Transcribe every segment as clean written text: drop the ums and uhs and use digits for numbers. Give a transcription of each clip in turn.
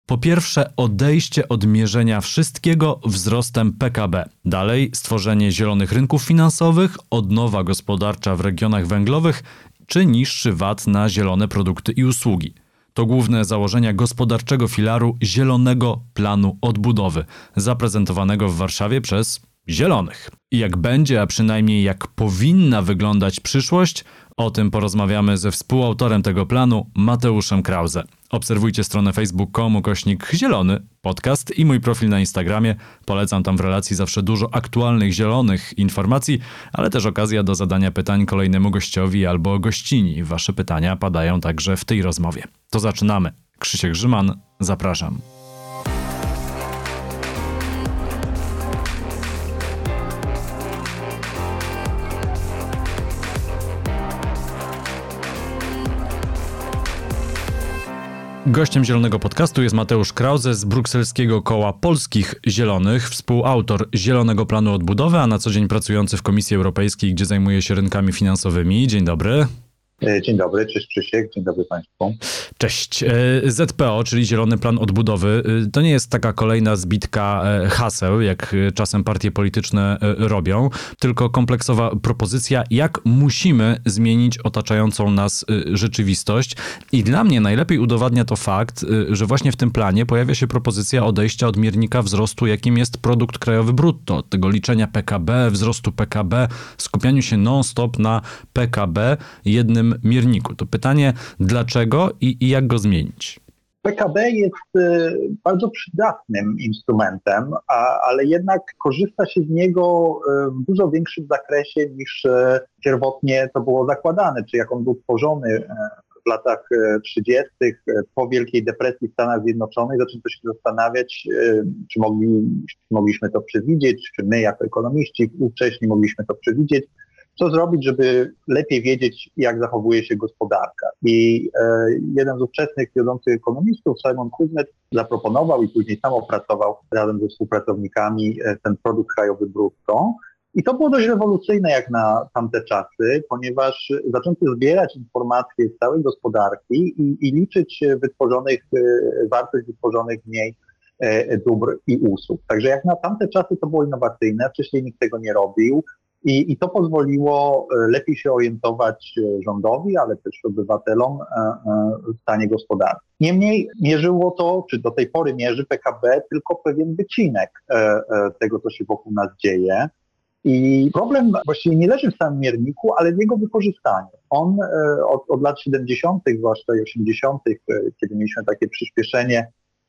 Po pierwsze, odejście od mierzenia wszystkiego wzrostem PKB. Dalej, stworzenie zielonych rynków finansowych, odnowa gospodarcza w regionach węglowych czy niższy VAT na zielone produkty i usługi. To główne założenia gospodarczego filaru Zielonego Planu Odbudowy, zaprezentowanego w Warszawie przez Zielonych. I jak będzie, a przynajmniej jak powinna wyglądać przyszłość, o tym porozmawiamy ze współautorem tego planu, Mateuszem Krause. Obserwujcie stronę facebook.com/zielony podcast i mój profil na Instagramie. Polecam, tam w relacji zawsze dużo aktualnych, zielonych informacji, ale też okazja do zadania pytań kolejnemu gościowi albo gościni. Wasze pytania padają także w tej rozmowie. To zaczynamy. Krzysiek Grzyman, zapraszam. Gościem Zielonego Podcastu jest Mateusz Krause z brukselskiego Koła Polskich Zielonych, współautor Zielonego Planu Odbudowy, a na co dzień pracujący w Komisji Europejskiej, gdzie zajmuje się rynkami finansowymi. Dzień dobry. Dzień dobry, cześć Krzysiek, dzień dobry Państwu. Cześć. ZPO, czyli Zielony Plan Odbudowy, to nie jest taka kolejna zbitka haseł, jak czasem partie polityczne robią, tylko kompleksowa propozycja, jak musimy zmienić otaczającą nas rzeczywistość. I dla mnie najlepiej udowadnia to fakt, że właśnie w tym planie pojawia się propozycja odejścia od miernika wzrostu, jakim jest produkt krajowy brutto, od tego liczenia PKB, wzrostu PKB, skupianiu się non-stop na PKB, jednym mierniku. To pytanie, dlaczego i jak go zmienić? PKB jest bardzo przydatnym instrumentem, ale jednak korzysta się z niego w dużo większym zakresie niż pierwotnie to było zakładane, czy jak on był tworzony w latach 30. po Wielkiej Depresji w Stanach Zjednoczonych. Zaczęto się zastanawiać, czy mogliśmy to przewidzieć, czy my jako ekonomiści wcześniej mogliśmy to przewidzieć. Co zrobić, żeby lepiej wiedzieć, jak zachowuje się gospodarka. I jeden z ówczesnych wiodących ekonomistów, Simon Kuznets, zaproponował i później sam opracował razem ze współpracownikami ten produkt krajowy brutto. I to było dość rewolucyjne jak na tamte czasy, ponieważ zaczęto zbierać informacje z całej gospodarki i liczyć wartość wytworzonych w niej dóbr i usług. Także jak na tamte czasy to było innowacyjne, wcześniej nikt tego nie robił. I to pozwoliło lepiej się orientować rządowi, ale też obywatelom w stanie gospodarki. Niemniej mierzyło to, czy do tej pory mierzy PKB tylko pewien wycinek tego, co się wokół nas dzieje. I problem właściwie nie leży w samym mierniku, ale w jego wykorzystaniu. On od lat 70., zwłaszcza i 80., kiedy mieliśmy takie przyspieszenie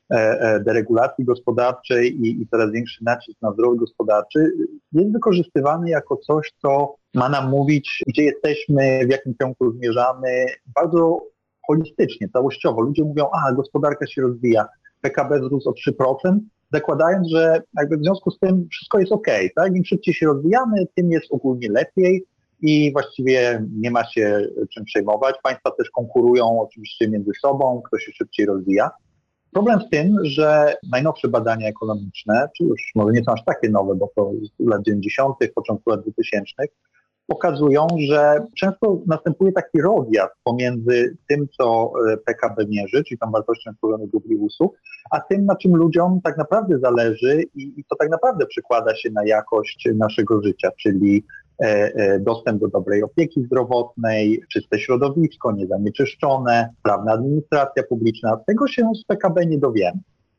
deregulacji gospodarczej i coraz większy nacisk na wzrost gospodarczy, jest wykorzystywany jako coś, co ma nam mówić, gdzie jesteśmy, w jakim kierunku zmierzamy, bardzo holistycznie, całościowo. Ludzie mówią, gospodarka się rozwija, PKB wzrósł o 3%, zakładając, że jakby w związku z tym wszystko jest okej, tak? Im szybciej się rozwijamy, tym jest ogólnie lepiej i właściwie nie ma się czym przejmować. Państwa też konkurują oczywiście między sobą, kto się szybciej rozwija. Problem w tym, że najnowsze badania ekonomiczne, czy już może nie są aż takie nowe, bo to z lat 90., początku lat 2000, pokazują, że często następuje taki rozjazd pomiędzy tym, co PKB mierzy, czyli tą wartością tworzonych dóbr i usług, a tym, na czym ludziom tak naprawdę zależy i co tak naprawdę przekłada się na jakość naszego życia, czyli dostęp do dobrej opieki zdrowotnej, czyste środowisko, niezanieczyszczone, sprawna administracja publiczna. Tego się z PKB nie dowiemy.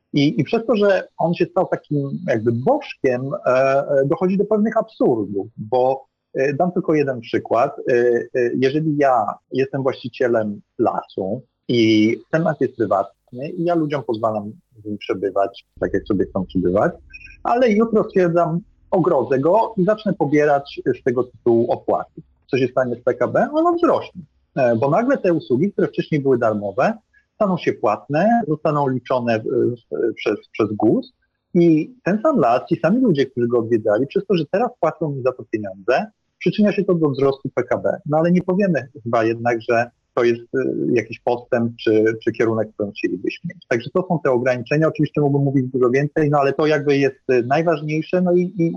I przez to, że on się stał takim jakby bożkiem, dochodzi do pewnych absurdów, bo dam tylko jeden przykład. Jeżeli ja jestem właścicielem lasu i ten las jest prywatny i ja ludziom pozwalam w nim przebywać, tak jak sobie chcą przebywać, ale jutro stwierdzam, ogrodzę go i zacznę pobierać z tego tytułu opłaty. Co się stanie z PKB? Ono wzrośnie, bo nagle te usługi, które wcześniej były darmowe, staną się płatne, zostaną liczone przez GUS i ten sam las, ci sami ludzie, którzy go odwiedzali, przez to, że teraz płacą mi za to pieniądze, przyczynia się to do wzrostu PKB. No ale nie powiemy chyba jednak, że to jest jakiś postęp czy kierunek, który chcielibyśmy mieć. Także to są te ograniczenia. Oczywiście mógłbym mówić dużo więcej, no ale to jakby jest najważniejsze. No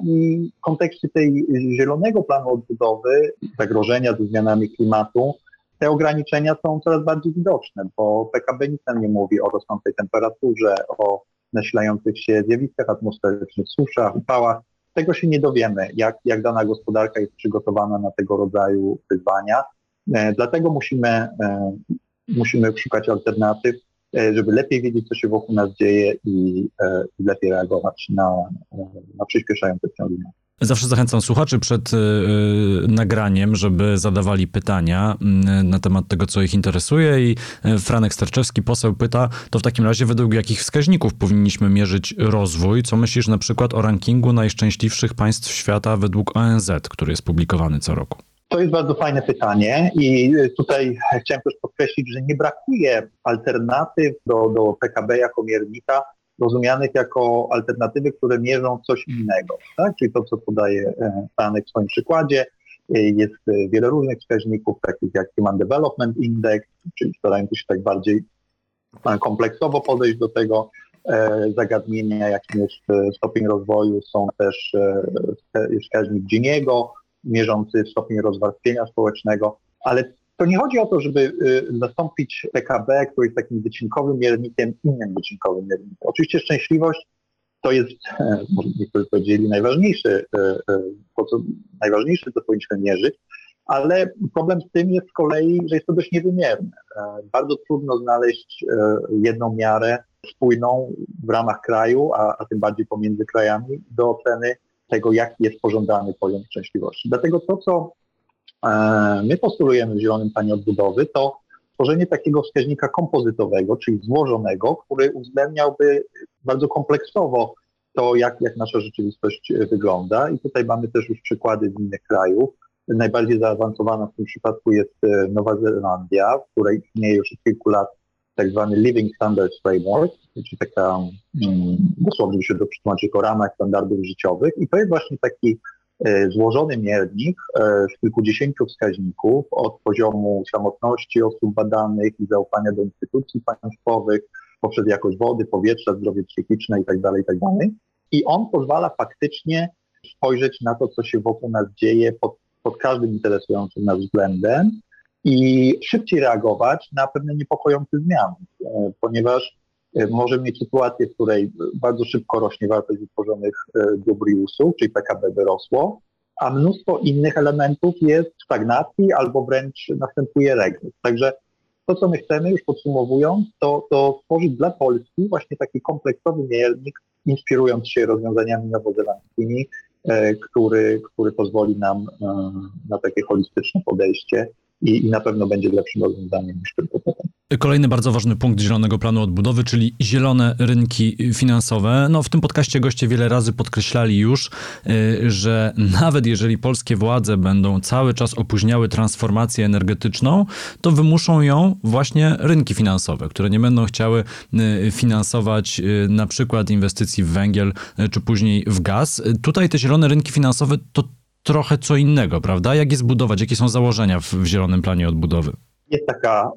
i w kontekście tej zielonego planu odbudowy, zagrożenia ze zmianami klimatu, te ograniczenia są coraz bardziej widoczne, bo PKB nic nam nie mówi o rosnącej temperaturze, o nasilających się zjawiskach atmosferycznych, suszach, upałach. Tego się nie dowiemy, jak dana gospodarka jest przygotowana na tego rodzaju wyzwania. Dlatego musimy szukać alternatyw, żeby lepiej wiedzieć, co się wokół nas dzieje i lepiej reagować na przyspieszające się zmiany. Zawsze zachęcam słuchaczy przed nagraniem, żeby zadawali pytania na temat tego, co ich interesuje i Franek Sterczewski, poseł, pyta, to w takim razie według jakich wskaźników powinniśmy mierzyć rozwój? Co myślisz na przykład o rankingu najszczęśliwszych państw świata według ONZ, który jest publikowany co roku? To jest bardzo fajne pytanie i tutaj chciałem też podkreślić, że nie brakuje alternatyw do PKB jako miernika, rozumianych jako alternatywy, które mierzą coś innego. Tak? Czyli to, co podaje Franek w swoim przykładzie, jest wiele różnych wskaźników, takich jak Human Development Index, czyli starając się tak bardziej kompleksowo podejść do tego zagadnienia, jakim jest stopień rozwoju. Są też wskaźnik Giniego, mierzący stopień rozwarstwienia społecznego, ale to nie chodzi o to, żeby zastąpić PKB, który jest takim wycinkowym miernikiem, innym wycinkowym miernikiem. Oczywiście szczęśliwość to jest, może niektórzy powiedzieli, najważniejsze, co powinniśmy mierzyć, ale problem z tym jest z kolei, że jest to dość niewymierne. Bardzo trudno znaleźć jedną miarę spójną w ramach kraju, a tym bardziej pomiędzy krajami do oceny tego, jaki jest pożądany poziom szczęśliwości. Dlatego to, co my postulujemy w Zielonym Planie Odbudowy, to tworzenie takiego wskaźnika kompozytowego, czyli złożonego, który uwzględniałby bardzo kompleksowo to, jak nasza rzeczywistość wygląda. I tutaj mamy też już przykłady z innych krajów. Najbardziej zaawansowana w tym przypadku jest Nowa Zelandia, w której istnieje już od kilku lat tak zwany Living Standards Framework, czyli taka, dosłownie się to przetłumaczy jako ramach standardów życiowych. I to jest właśnie taki złożony miernik z kilkudziesięciu wskaźników od poziomu samotności osób badanych i zaufania do instytucji państwowych, poprzez jakość wody, powietrza, zdrowie psychiczne itd. I on pozwala faktycznie spojrzeć na to, co się wokół nas dzieje pod każdym interesującym nas względem i szybciej reagować na pewne niepokojące zmiany, ponieważ możemy mieć sytuację, w której bardzo szybko rośnie wartość wytworzonych dóbr i usług, czyli PKB by rosło, a mnóstwo innych elementów jest w stagnacji albo wręcz następuje regres. Także to, co my chcemy, już podsumowując, to stworzyć dla Polski właśnie taki kompleksowy miernik, inspirując się rozwiązaniami nowozelandzkimi, który pozwoli nam na takie holistyczne podejście i na pewno będzie lepszym rozwiązaniem niż tylko potem. Kolejny bardzo ważny punkt Zielonego Planu Odbudowy, czyli zielone rynki finansowe. No, w tym podcaście goście wiele razy podkreślali już, że nawet jeżeli polskie władze będą cały czas opóźniały transformację energetyczną, to wymuszą ją właśnie rynki finansowe, które nie będą chciały finansować na przykład inwestycji w węgiel, czy później w gaz. Tutaj te zielone rynki finansowe to trochę co innego, prawda? Jak je zbudować? Jakie są założenia w Zielonym Planie Odbudowy? Jest taka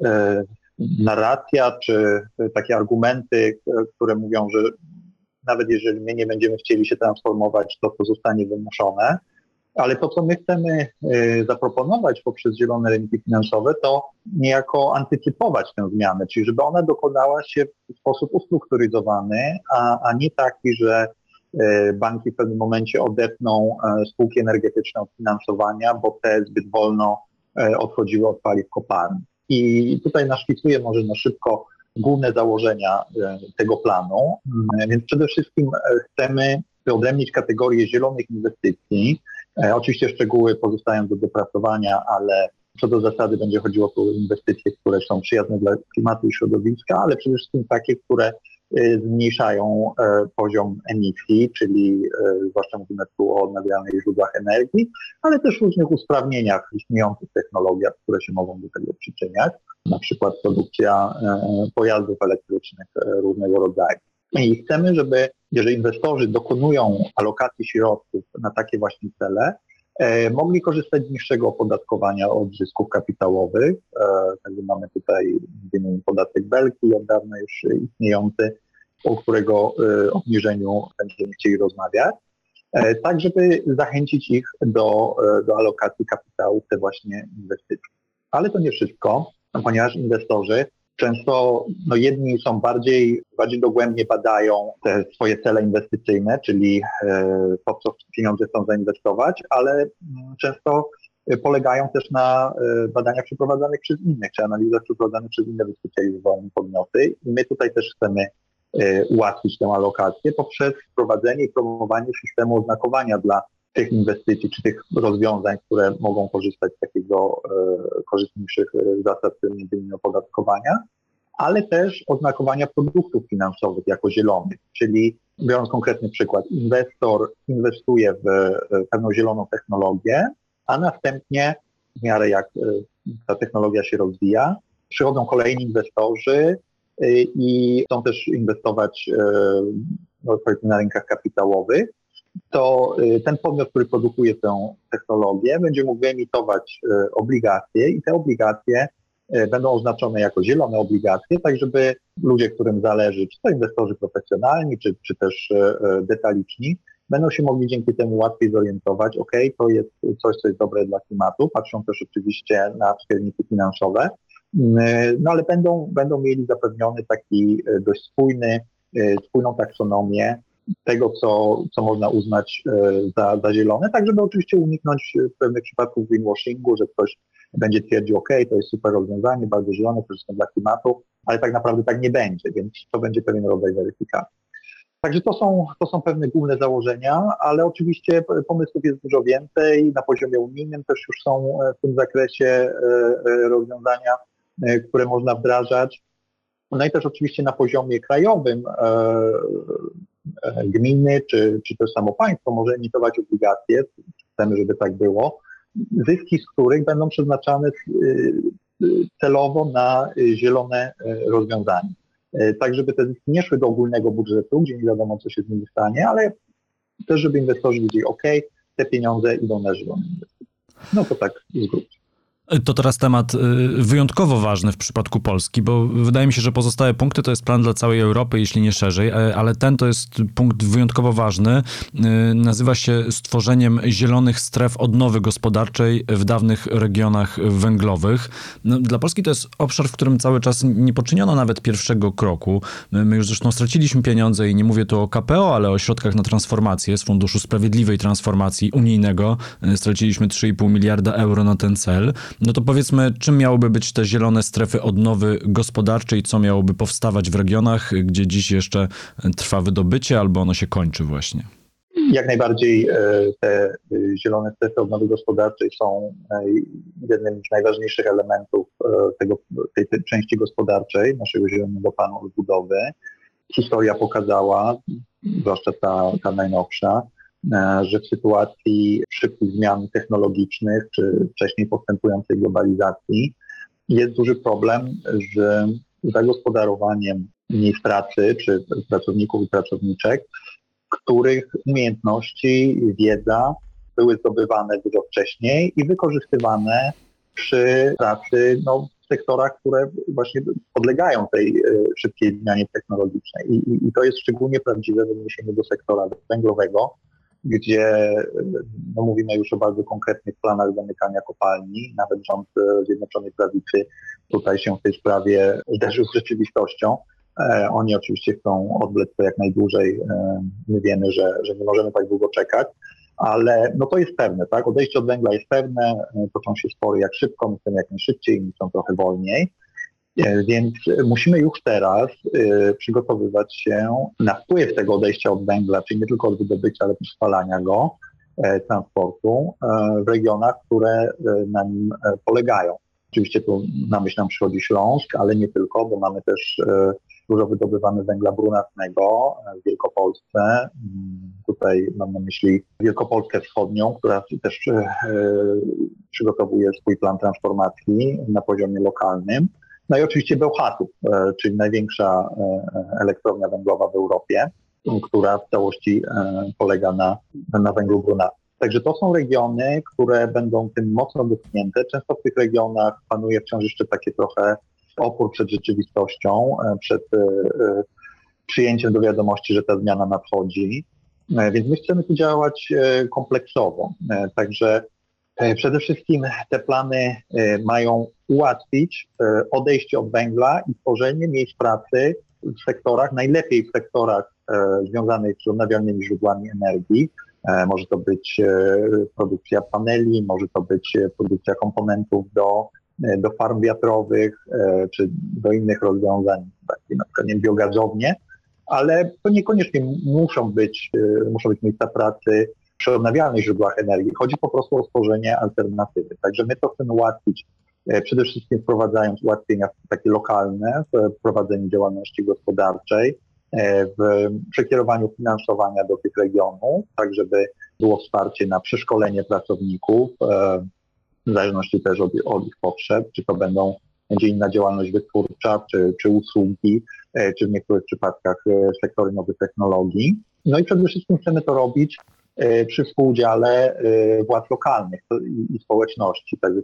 narracja, czy takie argumenty, które mówią, że nawet jeżeli my nie będziemy chcieli się transformować, to zostanie wymuszone. Ale to, co my chcemy zaproponować poprzez zielone rynki finansowe, to niejako antycypować tę zmianę, czyli żeby ona dokonała się w sposób ustrukturyzowany, a nie taki, że banki w pewnym momencie odetną spółki energetyczne od finansowania, bo te zbyt wolno odchodziły od paliw kopalnych. I tutaj naszkicuję może na szybko główne założenia tego planu. Więc przede wszystkim chcemy wyodrębnić kategorię zielonych inwestycji. Oczywiście szczegóły pozostają do dopracowania, ale co do zasady będzie chodziło o inwestycje, które są przyjazne dla klimatu i środowiska, ale przede wszystkim takie, które zmniejszają poziom emisji, czyli zwłaszcza mówimy tu o odnawialnych źródłach energii, ale też różnych usprawnieniach istniejących technologiach, które się mogą do tego przyczyniać, na przykład produkcja pojazdów elektrycznych różnego rodzaju. I chcemy, jeżeli inwestorzy dokonują alokacji środków na takie właśnie cele, mogli korzystać z niższego opodatkowania od zysków kapitałowych. Także mamy tutaj m.in. podatek Belki, od dawna już istniejący, o którego obniżeniu będziemy chcieli rozmawiać, tak żeby zachęcić ich do alokacji kapitału w te właśnie inwestycje. Ale to nie wszystko, ponieważ inwestorzy często jedni są bardziej dogłębnie badają te swoje cele inwestycyjne, czyli po co pieniądze chcą zainwestować, ale często polegają też na badaniach przeprowadzanych przez innych, czy analizach przeprowadzanych przez inne wyspecjalizowane podmioty. I my tutaj też chcemy ułatwić tę alokację poprzez wprowadzenie i promowanie systemu oznakowania dla tych inwestycji, czy tych rozwiązań, które mogą korzystać z takiego korzystniejszych zasad, między innymi opodatkowania, ale też oznakowania produktów finansowych jako zielonych. Czyli biorąc konkretny przykład, inwestor inwestuje w pewną zieloną technologię, a następnie w miarę jak ta technologia się rozwija, przychodzą kolejni inwestorzy i chcą też inwestować na rynkach kapitałowych, to ten podmiot, który produkuje tę technologię, będzie mógł wyemitować obligacje i te obligacje będą oznaczone jako zielone obligacje, tak żeby ludzie, którym zależy, czy to inwestorzy profesjonalni, czy też detaliczni, będą się mogli dzięki temu łatwiej zorientować, to jest coś, co jest dobre dla klimatu, patrzą też oczywiście na wskaźniki finansowe, ale będą mieli zapewniony taki dość spójną taksonomię tego, co można uznać za zielone, tak żeby oczywiście uniknąć pewnych przypadków greenwashingu, że ktoś będzie twierdził, to jest super rozwiązanie, bardzo zielone, korzystne dla klimatu, ale tak naprawdę tak nie będzie, więc to będzie pewien rodzaj weryfikacji. Także to są pewne główne założenia, ale oczywiście pomysłów jest dużo więcej. Na poziomie unijnym też już są w tym zakresie rozwiązania, które można wdrażać. No i też oczywiście na poziomie krajowym gminy czy też samo państwo może emitować obligacje, chcemy, żeby tak było, zyski z których będą przeznaczane celowo na zielone rozwiązania. Tak, żeby te zyski nie szły do ogólnego budżetu, gdzie nie wiadomo, co się z nimi stanie, ale też, żeby inwestorzy wiedzieli, te pieniądze idą na zielone inwestycje. No to tak w skrócie. To teraz temat wyjątkowo ważny w przypadku Polski, bo wydaje mi się, że pozostałe punkty to jest plan dla całej Europy, jeśli nie szerzej, ale ten to jest punkt wyjątkowo ważny. Nazywa się stworzeniem zielonych stref odnowy gospodarczej w dawnych regionach węglowych. Dla Polski to jest obszar, w którym cały czas nie poczyniono nawet pierwszego kroku. My już zresztą straciliśmy pieniądze i nie mówię tu o KPO, ale o środkach na transformację z Funduszu Sprawiedliwej Transformacji Unijnego. Straciliśmy 3,5 miliarda euro na ten cel. No to powiedzmy, czym miałyby być te zielone strefy odnowy gospodarczej, co miałoby powstawać w regionach, gdzie dziś jeszcze trwa wydobycie albo ono się kończy właśnie? Jak najbardziej te zielone strefy odnowy gospodarczej są jednym z najważniejszych elementów tej części gospodarczej naszego Zielonego Planu Odbudowy. Historia pokazała, zwłaszcza ta najnowsza, że w sytuacji szybkich zmian technologicznych czy wcześniej postępującej globalizacji jest duży problem z zagospodarowaniem miejsc pracy czy pracowników i pracowniczek, których umiejętności, wiedza były zdobywane dużo wcześniej i wykorzystywane przy pracy w sektorach, które właśnie podlegają tej szybkiej zmianie technologicznej. I to jest szczególnie prawdziwe w odniesieniu do sektora węglowego, gdzie mówimy już o bardzo konkretnych planach zamykania kopalni. Nawet rząd Zjednoczonej Prawicy tutaj się w tej sprawie zderzył z rzeczywistością. Oni oczywiście chcą odwlec to jak najdłużej. My wiemy, że nie możemy tak długo czekać, ale to jest pewne, tak? Odejście od węgla jest pewne, toczą się spory jak szybko, my chcemy jak najszybciej, inni chcą trochę wolniej. Więc musimy już teraz przygotowywać się na wpływ tego odejścia od węgla, czyli nie tylko od wydobycia, ale też spalania go, transportu w regionach, które na nim polegają. Oczywiście tu na myśl nam przychodzi Śląsk, ale nie tylko, bo mamy też dużo wydobywane węgla brunatnego w Wielkopolsce. Tutaj mam na myśli Wielkopolskę Wschodnią, która też przygotowuje swój plan transformacji na poziomie lokalnym. No i oczywiście Bełchatów, czyli największa elektrownia węglowa w Europie, która w całości polega na węglu brunatnym. Także to są regiony, które będą tym mocno dotknięte. Często w tych regionach panuje wciąż jeszcze takie trochę opór przed rzeczywistością, przed przyjęciem do wiadomości, że ta zmiana nadchodzi. Więc my chcemy tu działać kompleksowo. Także Przede wszystkim te plany mają ułatwić odejście od węgla i tworzenie miejsc pracy w sektorach, najlepiej w sektorach związanych z odnawialnymi źródłami energii. Może to być produkcja paneli, może to być produkcja komponentów do farm wiatrowych, czy do innych rozwiązań, takich na przykład biogazownie, ale to niekoniecznie muszą być miejsca pracy przy odnawialnych źródłach energii. Chodzi po prostu o stworzenie alternatywy. Także my to chcemy ułatwić, przede wszystkim wprowadzając ułatwienia takie lokalne w prowadzeniu działalności gospodarczej, w przekierowaniu finansowania do tych regionów, tak żeby było wsparcie na przeszkolenie pracowników, w zależności też od ich potrzeb, czy to będzie inna działalność wytwórcza, czy usługi, czy w niektórych przypadkach sektory nowych technologii. No i przede wszystkim chcemy to robić przy współudziale władz lokalnych i społeczności. Także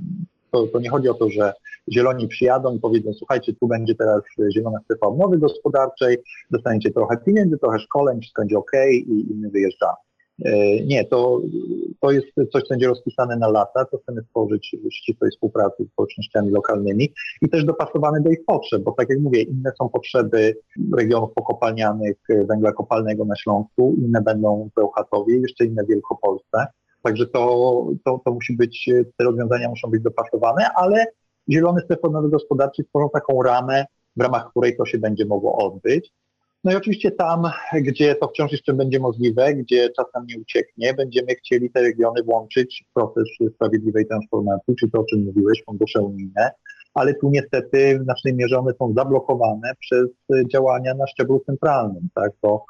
to nie chodzi o to, że zieloni przyjadą i powiedzą, słuchajcie, tu będzie teraz zielona strefa odnowy gospodarczej, dostaniecie trochę pieniędzy, trochę szkoleń, wszystko będzie okej i my wyjeżdżamy. Nie, to jest coś, co będzie rozpisane na lata, co chcemy stworzyć w ścisłej współpracy z społecznościami lokalnymi i też dopasowane do ich potrzeb, bo tak jak mówię, inne są potrzeby regionów pokopalnianych węgla kopalnego na Śląsku, inne będą w Bełchatowie, jeszcze inne w Wielkopolsce. Także to musi być, te rozwiązania muszą być dopasowane, ale zielone strefy odnowy gospodarczej tworzą taką ramę, w ramach której to się będzie mogło odbyć. No i oczywiście tam, gdzie to wciąż jeszcze będzie możliwe, gdzie czas nam nie ucieknie, będziemy chcieli te regiony włączyć w proces sprawiedliwej transformacji, czy to, o czym mówiłeś, fundusze unijne, ale tu niestety w znacznej mierze one są zablokowane przez działania na szczeblu centralnym. Tak? To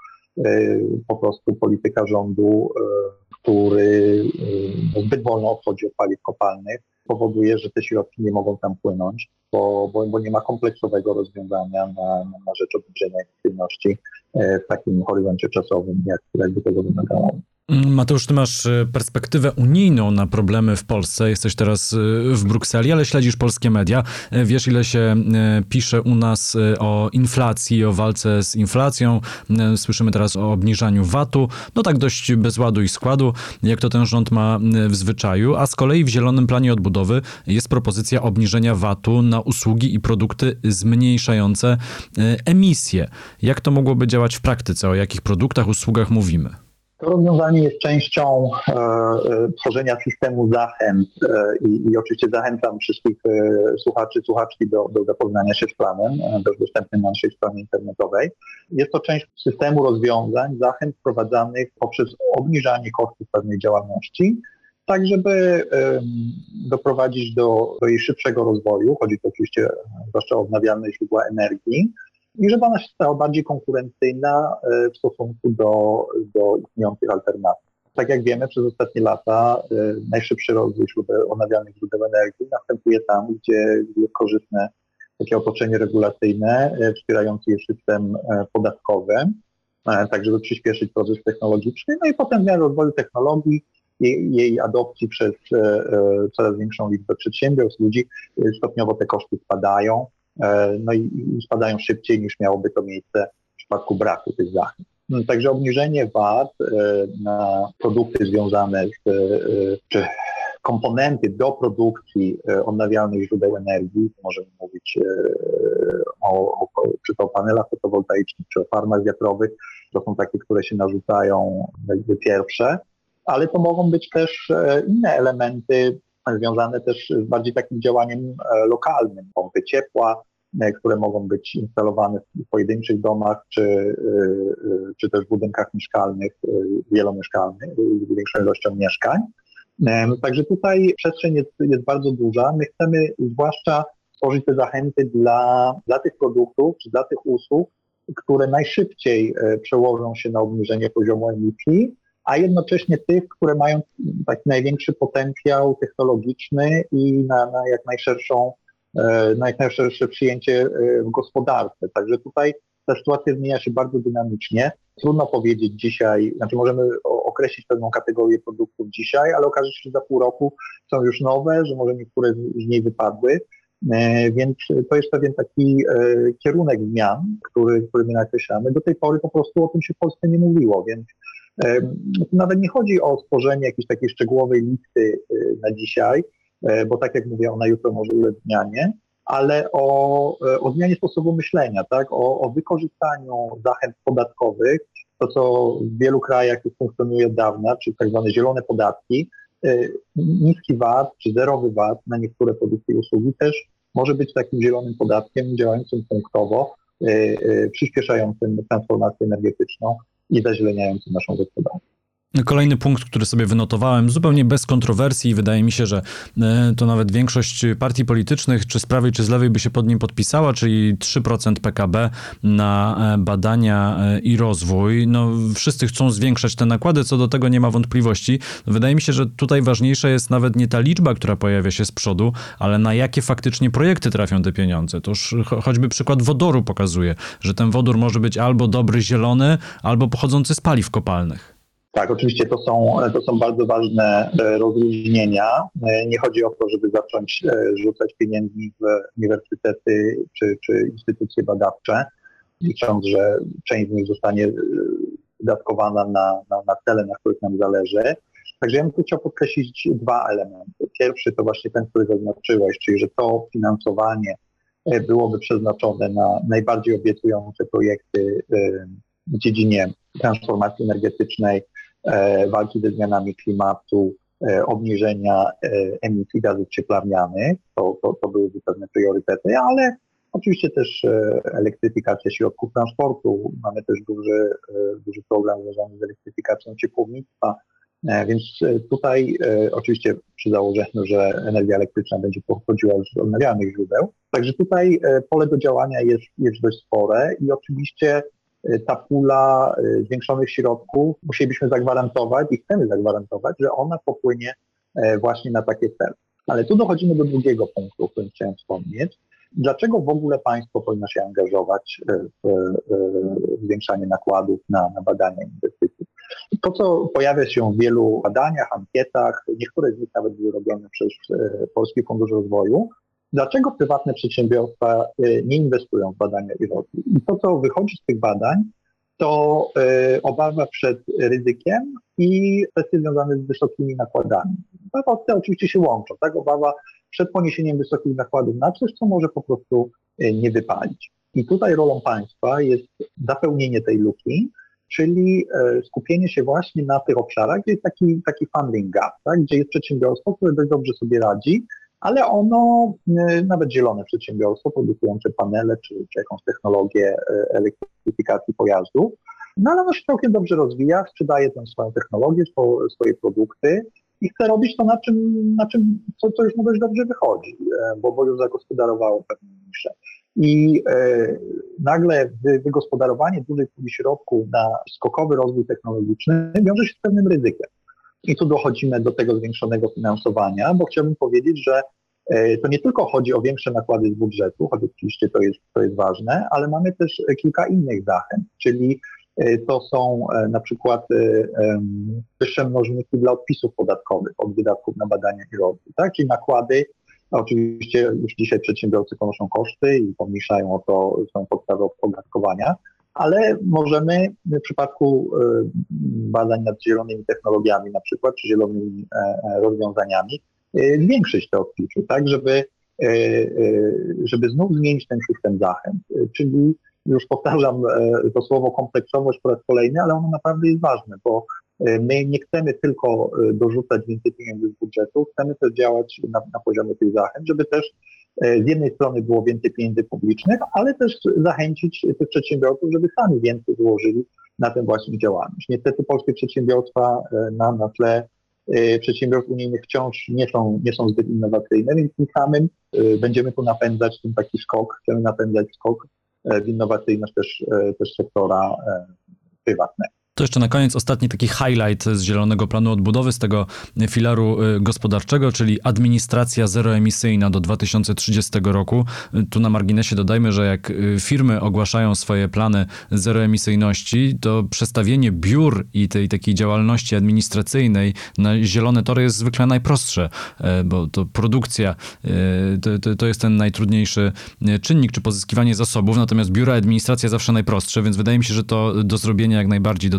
po prostu polityka rządu, który zbyt wolno odchodzi od paliw kopalnych, powoduje, że te środki nie mogą tam płynąć, bo nie ma kompleksowego rozwiązania na rzecz obniżenia efektywności w takim horyzoncie czasowym, jakby tego wymagało. Mateusz, ty masz perspektywę unijną na problemy w Polsce. Jesteś teraz w Brukseli, ale śledzisz polskie media. Wiesz, ile się pisze u nas o inflacji, o walce z inflacją. Słyszymy teraz o obniżaniu VAT-u. No tak dość bez ładu i składu, jak to ten rząd ma w zwyczaju. A z kolei w Zielonym Planie Odbudowy jest propozycja obniżenia VAT-u na usługi i produkty zmniejszające emisje. Jak to mogłoby działać w praktyce? O jakich produktach, usługach mówimy? To rozwiązanie jest częścią tworzenia systemu zachęt i oczywiście zachęcam wszystkich słuchaczy, słuchaczki do zapoznania się z planem, też dostępnym na naszej stronie internetowej. Jest to część systemu rozwiązań, zachęt wprowadzanych poprzez obniżanie kosztów pewnej działalności, tak żeby doprowadzić do jej szybszego rozwoju. Chodzi tu oczywiście zwłaszcza o odnawialne źródła energii, i żeby ona się stała bardziej konkurencyjna w stosunku do istniejących alternatyw. Tak jak wiemy, przez ostatnie lata najszybszy rozwój odnawialnych źródeł energii następuje tam, gdzie jest korzystne takie otoczenie regulacyjne, wspierające je system podatkowy, tak żeby przyspieszyć proces technologiczny, no i potem w miarę rozwoju technologii, jej adopcji przez coraz większą liczbę przedsiębiorstw, ludzi, stopniowo te koszty spadają. No i spadają szybciej niż miałoby to miejsce w przypadku braku tych zachęt. Także obniżenie VAT na produkty związane czy komponenty do produkcji odnawialnych źródeł energii, możemy mówić czy to o panelach fotowoltaicznych, czy o farmach wiatrowych, to są takie, które się narzucają jakby pierwsze, ale to mogą być też inne elementy związane też z bardziej takim działaniem lokalnym, pompy ciepła, które mogą być instalowane w pojedynczych domach, czy też w budynkach mieszkalnych, wielomieszkalnych, z większą ilością mieszkań. Także tutaj przestrzeń jest bardzo duża. My chcemy zwłaszcza tworzyć te zachęty dla tych produktów, czy dla tych usług, które najszybciej przełożą się na obniżenie poziomu emisji, a jednocześnie tych, które mają taki największy potencjał technologiczny i na jak najszersze przyjęcie w gospodarce. Także tutaj ta sytuacja zmienia się bardzo dynamicznie. Trudno powiedzieć dzisiaj, znaczy możemy określić pewną kategorię produktów dzisiaj, ale okaże się, że za pół roku są już nowe, że może niektóre z niej wypadły. Więc to jest pewien taki kierunek zmian, który my nakreślamy. Do tej pory po prostu o tym się w Polsce nie mówiło, więc Nawet nie chodzi o stworzenie jakiejś takiej szczegółowej listy na dzisiaj, bo tak jak mówię, ona jutro może ulec zmianie, ale o zmianie sposobu myślenia, tak? O wykorzystaniu zachęt podatkowych, to co w wielu krajach już funkcjonuje od dawna, czyli tak zwane zielone podatki, niski VAT czy zerowy VAT na niektóre produkty i usługi też może być takim zielonym podatkiem działającym punktowo, przyspieszającym transformację energetyczną i zazieleniającym naszą gospodarkę. Kolejny punkt, który sobie wynotowałem, zupełnie bez kontrowersji. Wydaje mi się, że to nawet większość partii politycznych, czy z prawej, czy z lewej by się pod nim podpisała, czyli 3% PKB na badania i rozwój. No, wszyscy chcą zwiększać te nakłady, co do tego nie ma wątpliwości. Wydaje mi się, że tutaj ważniejsza jest nawet nie ta liczba, która pojawia się z przodu, ale na jakie faktycznie projekty trafią te pieniądze. To już choćby przykład wodoru pokazuje, że ten wodór może być albo dobry, zielony, albo pochodzący z paliw kopalnych. Tak, oczywiście to są bardzo ważne rozróżnienia. Nie chodzi o to, żeby zacząć rzucać pieniędzmi w uniwersytety czy instytucje badawcze, licząc, że część z nich zostanie wydatkowana na cele, na których nam zależy. Także ja bym tu chciał podkreślić dwa elementy. Pierwszy to właśnie ten, który zaznaczyłeś, czyli że to finansowanie byłoby przeznaczone na najbardziej obiecujące projekty w dziedzinie transformacji energetycznej, walki ze zmianami klimatu, obniżenia emisji gazów cieplarnianych. To byłyby pewne priorytety, ale oczywiście też elektryfikacja środków transportu. Mamy też duży program związany z elektryfikacją ciepłownictwa, więc tutaj oczywiście przy założeniu, że energia elektryczna będzie pochodziła z odnawialnych źródeł. Także tutaj pole do działania jest dość spore i oczywiście ta pula zwiększonych środków musielibyśmy zagwarantować i chcemy zagwarantować, że ona popłynie właśnie na takie cele. Ale tu dochodzimy do drugiego punktu, o którym chciałem wspomnieć. Dlaczego w ogóle państwo powinno się angażować w zwiększanie nakładów na badania i inwestycje? To, co pojawia się w wielu badaniach, ankietach, niektóre z nich nawet były robione przez Polski Fundusz Rozwoju, dlaczego prywatne przedsiębiorstwa nie inwestują w badania i rozwój? I to, co wychodzi z tych badań, to obawa przed ryzykiem i kwestie związane z wysokimi nakładami. Te oczywiście się łączą, tak? Obawa przed poniesieniem wysokich nakładów na coś, co może po prostu nie wypalić. I tutaj rolą państwa jest zapełnienie tej luki, czyli skupienie się właśnie na tych obszarach, gdzie jest taki funding gap, tak? Gdzie jest przedsiębiorstwo, które dość dobrze sobie radzi, ale ono, nawet zielone przedsiębiorstwo produkujące panele czy jakąś technologię elektryfikacji pojazdów, no ale ono się całkiem dobrze rozwija, sprzedaje tę swoją technologię, swoje produkty i chce robić to co już mu dość dobrze wychodzi, bo już zagospodarowało pewne nisze. I nagle wygospodarowanie dużej puli środków na skokowy rozwój technologiczny wiąże się z pewnym ryzykiem. I tu dochodzimy do tego zwiększonego finansowania, bo chciałbym powiedzieć, że to nie tylko chodzi o większe nakłady z budżetu, choć oczywiście to jest ważne, ale mamy też kilka innych zachęt, czyli to są na przykład wyższe mnożniki dla odpisów podatkowych od wydatków na badania i rozwój, tak? Czyli nakłady, oczywiście już dzisiaj przedsiębiorcy ponoszą koszty i pomniejszają o to swoją podstawę opodatkowania, ale możemy w przypadku badań nad zielonymi technologiami na przykład, czy zielonymi rozwiązaniami zwiększyć te odpisy, tak, żeby znów zmienić ten system zachęt. Czyli już powtarzam to słowo kompleksowość po raz kolejny, ale ono naprawdę jest ważne, bo my nie chcemy tylko dorzucać więcej pieniędzy z budżetu, chcemy też działać na poziomie tych zachęt, żeby też z jednej strony było więcej pieniędzy publicznych, ale też zachęcić tych przedsiębiorców, żeby sami więcej wyłożyli na tę właśnie działalność. Niestety polskie przedsiębiorstwa na tle przedsiębiorstw unijnych wciąż nie są zbyt innowacyjne, więc tym samym będziemy tu napędzać ten taki skok, chcemy napędzać skok w innowacyjność też sektora prywatnego. To jeszcze na koniec ostatni taki highlight z Zielonego Planu Odbudowy, z tego filaru gospodarczego, czyli administracja zeroemisyjna do 2030 roku. Tu na marginesie dodajmy, że jak firmy ogłaszają swoje plany zeroemisyjności, to przestawienie biur i tej takiej działalności administracyjnej na zielone tory jest zwykle najprostsze, bo to produkcja to jest ten najtrudniejszy czynnik, czy pozyskiwanie zasobów, natomiast biura, administracja zawsze najprostsze, więc wydaje mi się, że to do zrobienia jak najbardziej do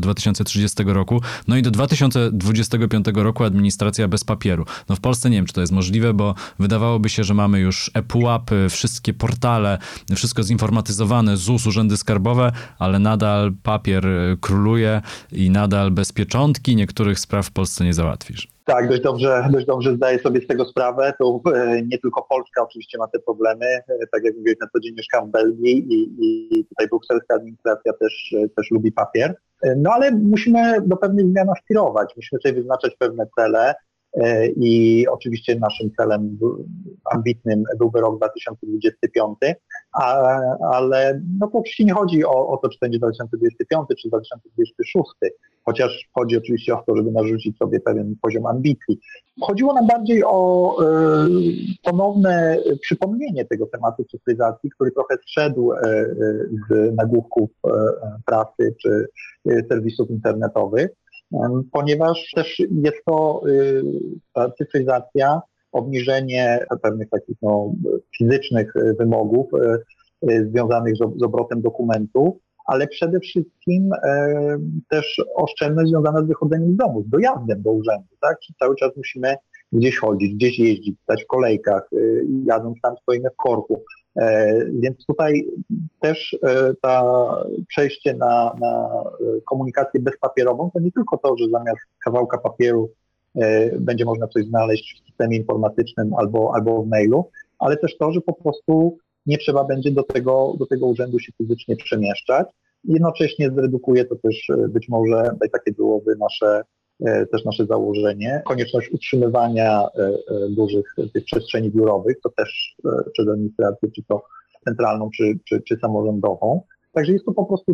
2030 roku, no i do 2025 roku administracja bez papieru. No w Polsce nie wiem, czy to jest możliwe, bo wydawałoby się, że mamy już ePUAP-y, wszystkie portale, wszystko zinformatyzowane, ZUS, urzędy skarbowe, ale nadal papier króluje i nadal bez pieczątki niektórych spraw w Polsce nie załatwisz. Tak, dość dobrze zdaję sobie z tego sprawę. To nie tylko Polska oczywiście ma te problemy. Tak jak mówię, na co dzień mieszkam w Belgii i tutaj brukselska administracja też lubi papier. No ale musimy do pewnych zmian aspirować. Musimy sobie wyznaczać pewne cele i oczywiście naszym celem ambitnym byłby rok 2025, ale no to oczywiście nie chodzi o to, czy to będzie 2025 czy 2026, chociaż chodzi oczywiście o to, żeby narzucić sobie pewien poziom ambicji. Chodziło nam bardziej o ponowne przypomnienie tego tematu cyfryzacji, który trochę zszedł z nagłówków prasy czy serwisów internetowych, ponieważ też jest to ta cyfryzacja, obniżenie pewnych takich fizycznych wymogów związanych z obrotem dokumentów, ale przede wszystkim też oszczędność związana z wychodzeniem z domu, z dojazdem do urzędu, tak? Czyli cały czas musimy gdzieś chodzić, gdzieś jeździć, stać w kolejkach, jadąc tam stoimy w korku. Więc tutaj też przejście na komunikację bezpapierową to nie tylko to, że zamiast kawałka papieru będzie można coś znaleźć w systemie informatycznym albo w mailu, ale też to, że po prostu nie trzeba będzie do tego urzędu się fizycznie przemieszczać. Jednocześnie zredukuje to też być może, takie byłoby nasze założenie, konieczność utrzymywania dużych tych przestrzeni biurowych, to też przez administrację, czy to centralną, czy samorządową. Także jest to po prostu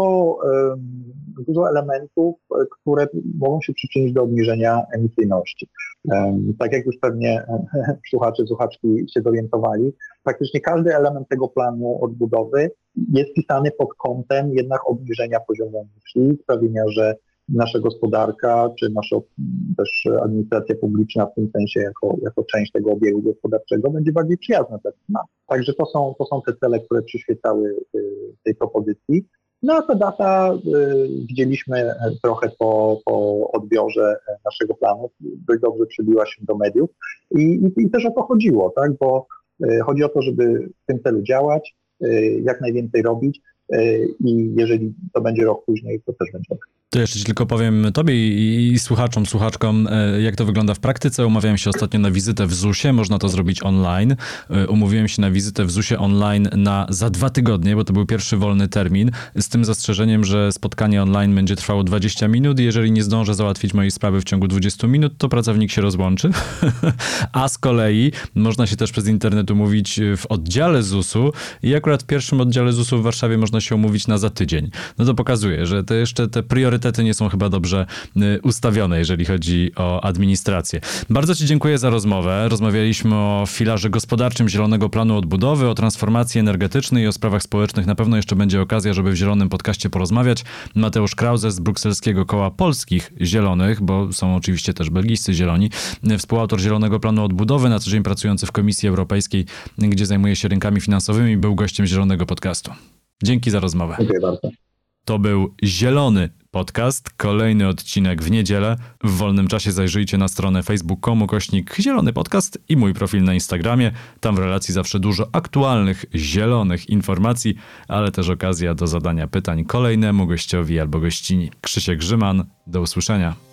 dużo elementów, które mogą się przyczynić do obniżenia emisyjności. Tak jak już pewnie słuchacze, słuchaczki się zorientowali, praktycznie każdy element tego planu odbudowy jest pisany pod kątem jednak obniżenia poziomu emisji, sprawienia, że nasza gospodarka, czy nasza też administracja publiczna w tym sensie jako część tego obiegu gospodarczego będzie bardziej przyjazna dla nas. Także to są te cele, które przyświecały tej propozycji. No a ta data widzieliśmy trochę po odbiorze naszego planu, dość dobrze przybiła się do mediów i też o to chodziło, tak? Bo chodzi o to, żeby w tym celu działać, jak najwięcej robić i jeżeli to będzie rok później, to też będzie dobrze. To jeszcze ci tylko powiem tobie i słuchaczom, słuchaczkom, jak to wygląda w praktyce. Umawiałem się ostatnio na wizytę w ZUS-ie, można to zrobić online. Umówiłem się na wizytę w ZUS-ie online za 2 tygodnie, bo to był pierwszy wolny termin, z tym zastrzeżeniem, że spotkanie online będzie trwało 20 minut i jeżeli nie zdążę załatwić mojej sprawy w ciągu 20 minut, to pracownik się rozłączy. A z kolei można się też przez internet umówić w oddziale ZUS-u i akurat w pierwszym oddziale ZUS-u w Warszawie można się umówić za tydzień. No to pokazuje, że te priorytety nie są chyba dobrze ustawione, jeżeli chodzi o administrację. Bardzo ci dziękuję za rozmowę. Rozmawialiśmy o filarze gospodarczym Zielonego Planu Odbudowy, o transformacji energetycznej i o sprawach społecznych. Na pewno jeszcze będzie okazja, żeby w Zielonym Podcaście porozmawiać. Mateusz Krause z Brukselskiego Koła Polskich Zielonych, bo są oczywiście też belgijscy zieloni, współautor Zielonego Planu Odbudowy, na co dzień pracujący w Komisji Europejskiej, gdzie zajmuje się rynkami finansowymi, był gościem Zielonego Podcastu. Dzięki za rozmowę. Dziękuję bardzo. To był Zielony Podcast, kolejny odcinek w niedzielę. W wolnym czasie zajrzyjcie na stronę facebook.com/Zielony Podcast i mój profil na Instagramie. Tam w relacji zawsze dużo aktualnych, zielonych informacji, ale też okazja do zadania pytań kolejnemu gościowi albo gościni. Krzysiek Grzyman, do usłyszenia.